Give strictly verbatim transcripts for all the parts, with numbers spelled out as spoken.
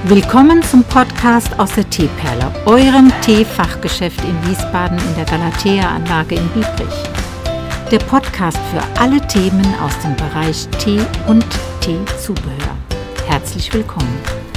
Willkommen zum Podcast aus der Teeperle, eurem Teefachgeschäft in Wiesbaden in der Galatea-Anlage in Biebrich. Der Podcast für alle Themen aus dem Bereich Tee und Teezubehör. Herzlich willkommen.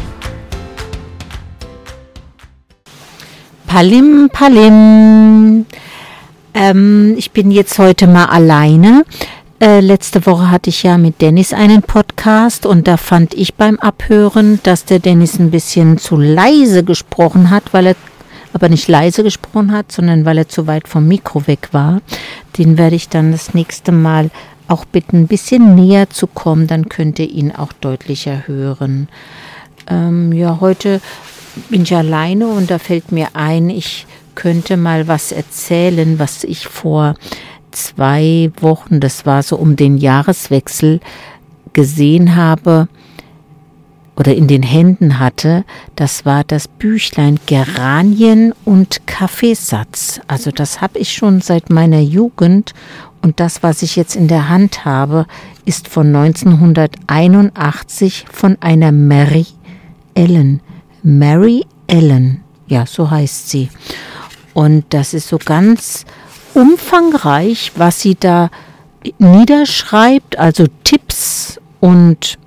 Palim, Palim. Ähm, ich bin jetzt heute mal alleine. Äh, letzte Woche hatte ich ja mit Dennis einen Podcast und da fand ich beim Abhören, dass der Dennis ein bisschen zu leise gesprochen hat, weil er aber nicht leise gesprochen hat, sondern weil er zu weit vom Mikro weg war. Den werde ich dann das nächste Mal auch bitten, ein bisschen näher zu kommen, dann könnt ihr ihn auch deutlicher hören. Ähm, ja, heute bin ich alleine und da fällt mir ein, ich könnte mal was erzählen, was ich vor zwei Wochen, das war so um den Jahreswechsel, gesehen habe oder in den Händen hatte. Das war das Büchlein Geranien und Kaffeesatz. Also das habe ich schon seit meiner Jugend und das, was ich jetzt in der Hand habe, ist von neunzehnhunderteinundachtzig von einer Mary Ellen. Mary Ellen, ja, so heißt sie. Und das ist so ganz umfangreich, was sie da niederschreibt, also Tipps und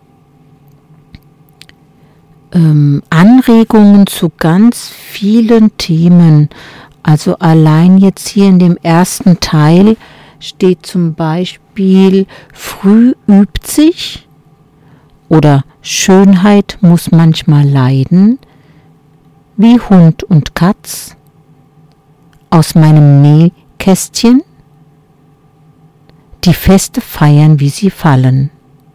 ähm, Anregungen zu ganz vielen Themen. Also allein jetzt hier in dem ersten Teil steht zum Beispiel Früh übt sich oder Schönheit muss manchmal leiden, wie Hund und Katz, aus meinem Nähkästchen, die Feste feiern, wie sie fallen.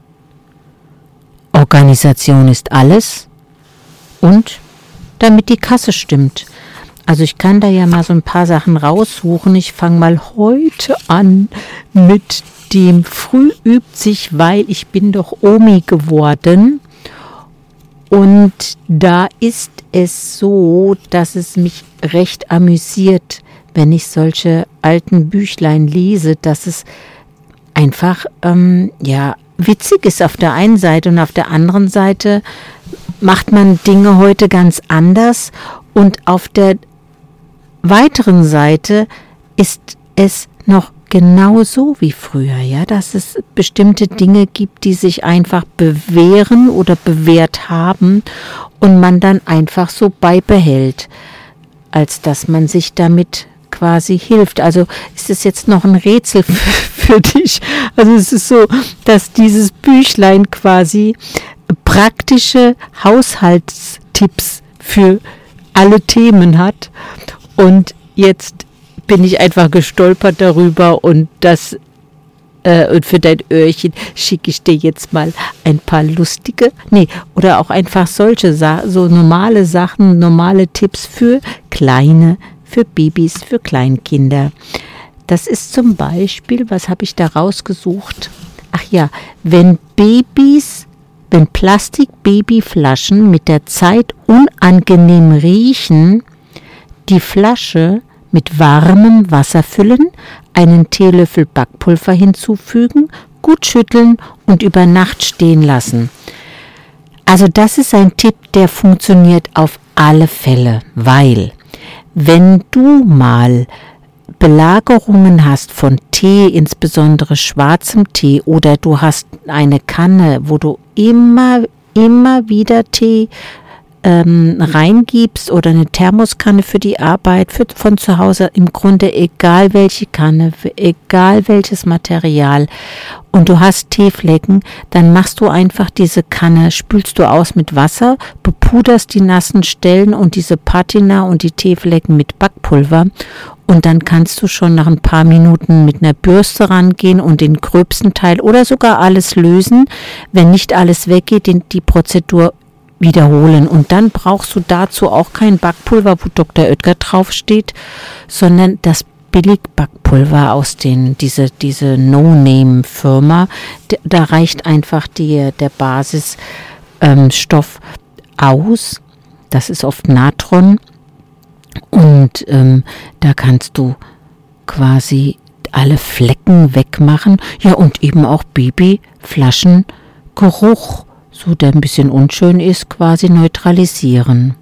Organisation ist alles und damit die Kasse stimmt. Also ich kann da ja mal so ein paar Sachen raussuchen. Ich fange mal heute an mit dem Früh übt sich, weil ich bin doch Omi geworden. Und da ist es so, dass es mich recht amüsiert, wenn ich solche alten Büchlein lese, dass es einfach ähm, ja witzig ist auf der einen Seite und auf der anderen Seite macht man Dinge heute ganz anders und auf der weiteren Seite ist es noch genauso wie früher, ja, dass es bestimmte Dinge gibt, die sich einfach bewähren oder bewährt haben und man dann einfach so beibehält, als dass man sich damit quasi hilft. Also ist es jetzt noch ein Rätsel für, für dich. Also es ist so, dass dieses Büchlein quasi praktische Haushaltstipps für alle Themen hat und jetzt bin ich einfach gestolpert darüber und das äh, und für dein Öhrchen schicke ich dir jetzt mal ein paar lustige, nee, oder auch einfach solche Sa- so normale Sachen, normale Tipps für Kleine, für Babys, für Kleinkinder. Das ist zum Beispiel, was habe ich da rausgesucht? Ach ja, wenn Babys, wenn Plastik-Babyflaschen mit der Zeit unangenehm riechen, die Flasche mit warmem Wasser füllen, einen Teelöffel Backpulver hinzufügen, gut schütteln und über Nacht stehen lassen. Also das ist ein Tipp, der funktioniert auf alle Fälle, weil wenn du mal Belagerungen hast von Tee, insbesondere schwarzem Tee, oder du hast eine Kanne, wo du immer, immer wieder Tee ähm, reingibst oder eine Thermoskanne für die Arbeit, für, von zu Hause, im Grunde egal welche Kanne, egal welches Material und du hast Teeflecken, dann machst du einfach diese Kanne, spülst du aus mit Wasser, bepuderst die nassen Stellen und diese Patina und die Teeflecken mit Backpulver und dann kannst du schon nach ein paar Minuten mit einer Bürste rangehen und den gröbsten Teil oder sogar alles lösen, wenn nicht alles weggeht, den, die Prozedur wiederholen. Und dann brauchst du dazu auch kein Backpulver, wo Doktor Oetker draufsteht, sondern das Billigbackpulver aus den, diese, diese No-Name-Firma. Da reicht einfach die, der Basisstoff ähm, aus. Das ist oft Natron. Und ähm, da kannst du quasi alle Flecken wegmachen. Ja, und eben auch Babyflaschengeruch so der ein bisschen unschön ist, quasi neutralisieren.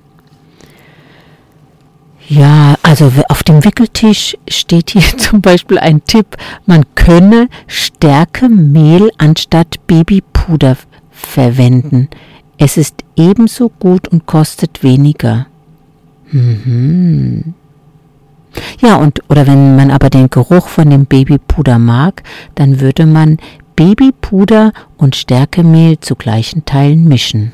Ja, also auf dem Wickeltisch steht hier zum Beispiel ein Tipp, man könne Stärkemehl anstatt Babypuder verwenden. Es ist ebenso gut und kostet weniger. Mhm. Ja, und oder wenn man aber den Geruch von dem Babypuder mag, dann würde man Babypuder und Stärkemehl zu gleichen Teilen mischen.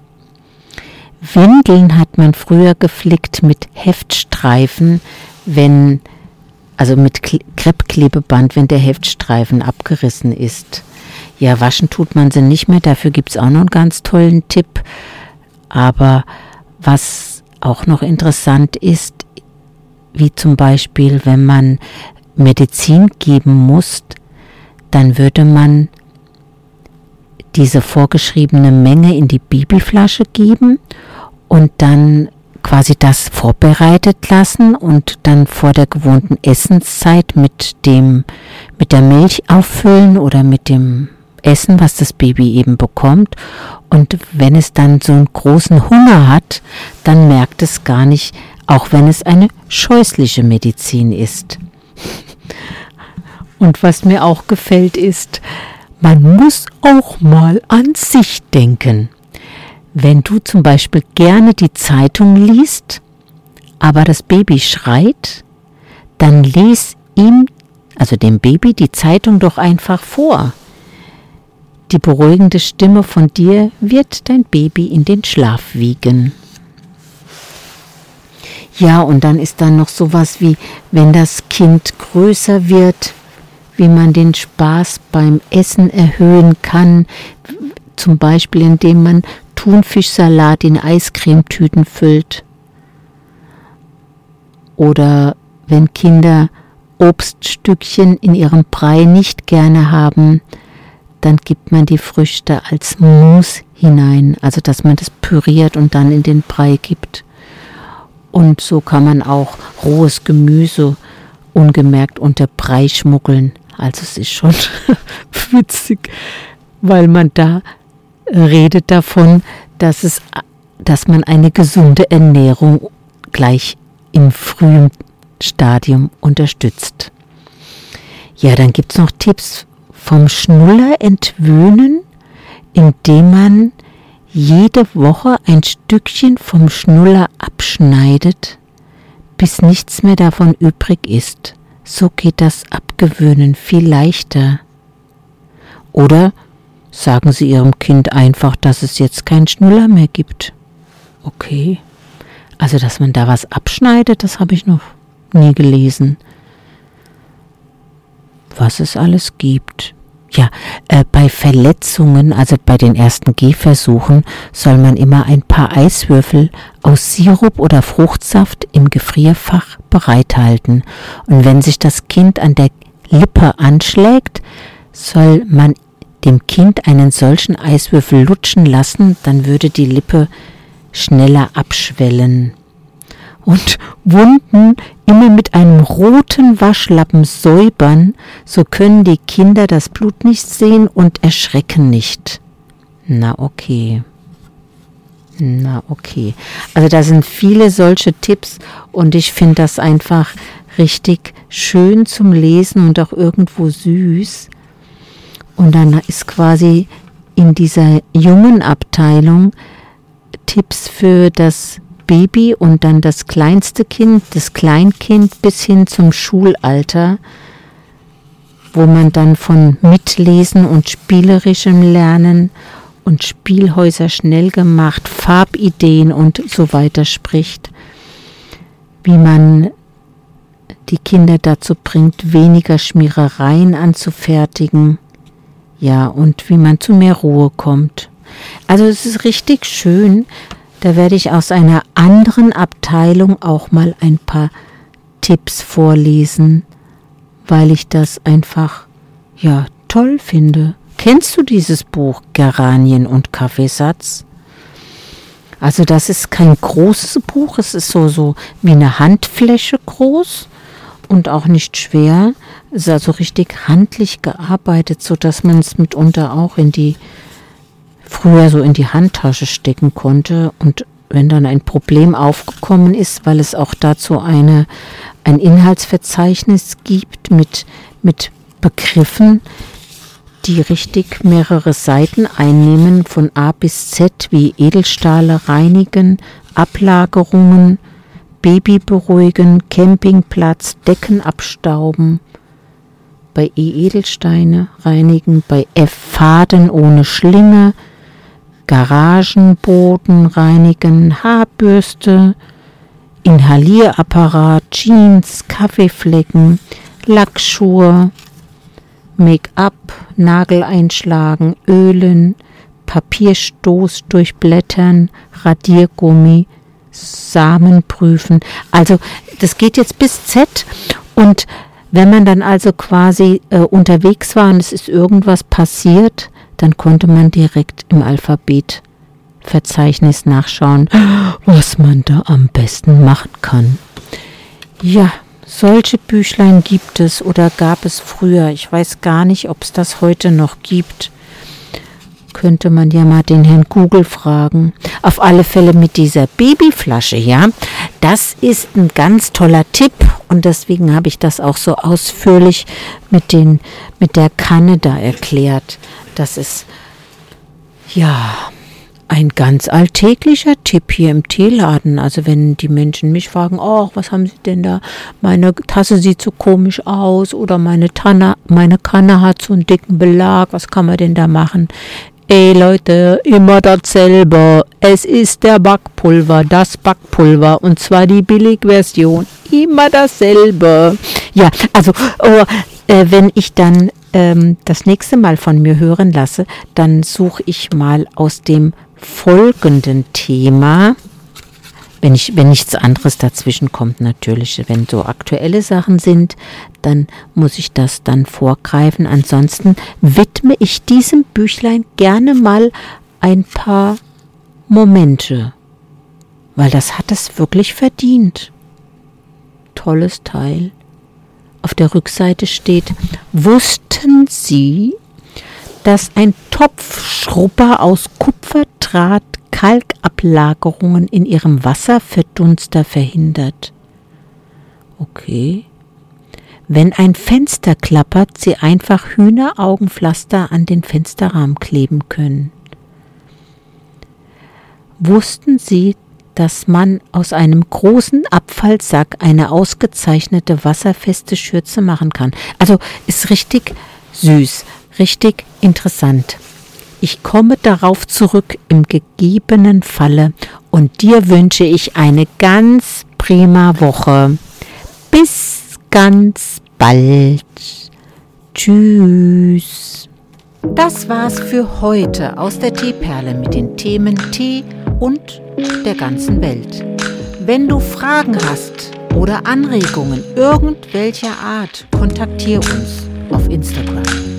Windeln hat man früher geflickt mit Heftstreifen, wenn, also mit Kreppklebeband, wenn der Heftstreifen abgerissen ist. Ja, waschen tut man sie nicht mehr, dafür gibt es auch noch einen ganz tollen Tipp. Aber was auch noch interessant ist, wie zum Beispiel, wenn man Medizin geben muss, dann würde man diese vorgeschriebene Menge in die Bibelflasche geben und dann quasi das vorbereitet lassen und dann vor der gewohnten Essenszeit mit dem, mit der Milch auffüllen oder mit dem Essen, was das Baby eben bekommt. Und wenn es dann so einen großen Hunger hat, dann merkt es gar nicht, auch wenn es eine scheußliche Medizin ist. Und was mir auch gefällt ist, man muss auch mal an sich denken. Wenn du zum Beispiel gerne die Zeitung liest, aber das Baby schreit, dann lies ihm, also dem Baby, die Zeitung doch einfach vor. Die beruhigende Stimme von dir wird dein Baby in den Schlaf wiegen. Ja, und dann ist da noch sowas wie, wenn das Kind größer wird, wie man den Spaß beim Essen erhöhen kann, zum Beispiel indem man Thunfischsalat in Eiscremetüten füllt. Oder wenn Kinder Obststückchen in ihrem Brei nicht gerne haben, dann gibt man die Früchte als Mousse hinein, also dass man das püriert und dann in den Brei gibt. Und so kann man auch rohes Gemüse ungemerkt unter Brei schmuggeln. Also es ist schon witzig, weil man da redet davon, dass es, dass man eine gesunde Ernährung gleich im frühen Stadium unterstützt. Ja, dann gibt es noch Tipps vom Schnuller entwöhnen, indem man jede Woche ein Stückchen vom Schnuller abschneidet, bis nichts mehr davon übrig ist. So geht das Abgewöhnen viel leichter. Oder sagen Sie Ihrem Kind einfach, dass es jetzt keinen Schnuller mehr gibt. Okay. Also, dass man da was abschneidet, das habe ich noch nie gelesen. Was es alles gibt. Ja, äh, bei Verletzungen, also bei den ersten Gehversuchen, soll man immer ein paar Eiswürfel aus Sirup oder Fruchtsaft im Gefrierfach bereithalten. Und wenn sich das Kind an der Lippe anschlägt, soll man dem Kind einen solchen Eiswürfel lutschen lassen, dann würde die Lippe schneller abschwellen. Und Wunden immer mit einem roten Waschlappen säubern, so können die Kinder das Blut nicht sehen und erschrecken nicht. Na okay. Na okay. Also da sind viele solche Tipps und ich finde das einfach richtig schön zum Lesen und auch irgendwo süß. Und dann ist quasi in dieser jungen Abteilung Tipps für das Baby und dann das kleinste Kind, das Kleinkind bis hin zum Schulalter, wo man dann von Mitlesen und spielerischem Lernen und Spielhäuser schnell gemacht, Farbideen und so weiter spricht, wie man die Kinder dazu bringt, weniger Schmierereien anzufertigen, ja, und wie man zu mehr Ruhe kommt. Also es ist richtig schön. Da werde ich aus einer anderen Abteilung auch mal ein paar Tipps vorlesen, weil ich das einfach, ja, toll finde. Kennst du dieses Buch Geranien und Kaffeesatz? Also das ist kein großes Buch, es ist so, so wie eine Handfläche groß und auch nicht schwer. Es ist also richtig handlich gearbeitet, sodass man es mitunter auch in die früher so in die Handtasche stecken konnte. Und wenn dann ein Problem aufgekommen ist, weil es auch dazu eine, ein Inhaltsverzeichnis gibt mit, mit Begriffen, die richtig mehrere Seiten einnehmen, von A bis Z, wie Edelstahle reinigen, Ablagerungen, Baby beruhigen, Campingplatz, Decken abstauben, bei E Edelsteine reinigen, bei F Faden ohne Schlinge, Garagenboden reinigen, Haarbürste, Inhalierapparat, Jeans, Kaffeeflecken, Lackschuhe, Make-up, Nagel einschlagen, Ölen, Papierstoß durchblättern, Radiergummi, Samen prüfen. Also das geht jetzt bis Z, und wenn man dann also quasi äh, unterwegs war und es ist irgendwas passiert, dann konnte man direkt im Alphabetverzeichnis nachschauen, was man da am besten machen kann. Ja, solche Büchlein gibt es oder gab es früher. Ich weiß gar nicht, ob es das heute noch gibt. Könnte man ja mal den Herrn Google fragen. Auf alle Fälle mit dieser Babyflasche, ja. Das ist ein ganz toller Tipp, und deswegen habe ich das auch so ausführlich mit den, mit der Kanne da erklärt. Das ist, ja, ein ganz alltäglicher Tipp hier im Teeladen. Also wenn die Menschen mich fragen, oh, was haben Sie denn da? Meine Tasse sieht so komisch aus, oder meine Tanne, meine Kanne hat so einen dicken Belag. Was kann man denn da machen? Ey Leute, immer dasselbe. Es ist der Backpulver, das Backpulver, und zwar die Billigversion. Immer dasselbe. Ja, also oh, äh, wenn ich dann ähm, das nächste Mal von mir hören lasse, dann suche ich mal aus dem folgenden Thema, wenn ich, wenn nichts anderes dazwischen kommt natürlich, wenn so aktuelle Sachen sind, dann muss ich das dann vorgreifen. Ansonsten widme ich diesem Büchlein gerne mal ein paar Momente, weil das hat es wirklich verdient. Tolles Teil. Auf der Rückseite steht: Wussten Sie, dass ein Topfschrubber aus Kupferdraht Kalkablagerungen in ihrem Wasserverdunster verhindert? Okay. Wenn ein Fenster klappert, Sie einfach Hühneraugenpflaster an den Fensterrahmen kleben können. Wussten Sie, dass man aus einem großen Abfallsack eine ausgezeichnete wasserfeste Schürze machen kann? Also ist richtig süß, richtig interessant. Ich komme darauf zurück im gegebenen Falle, und dir wünsche ich eine ganz prima Woche. Bis ganz bald. Tschüss. Das war's für heute aus der Teeperle mit den Themen Tee und der ganzen Welt. Wenn du Fragen hast oder Anregungen irgendwelcher Art, kontaktiere uns auf Instagram.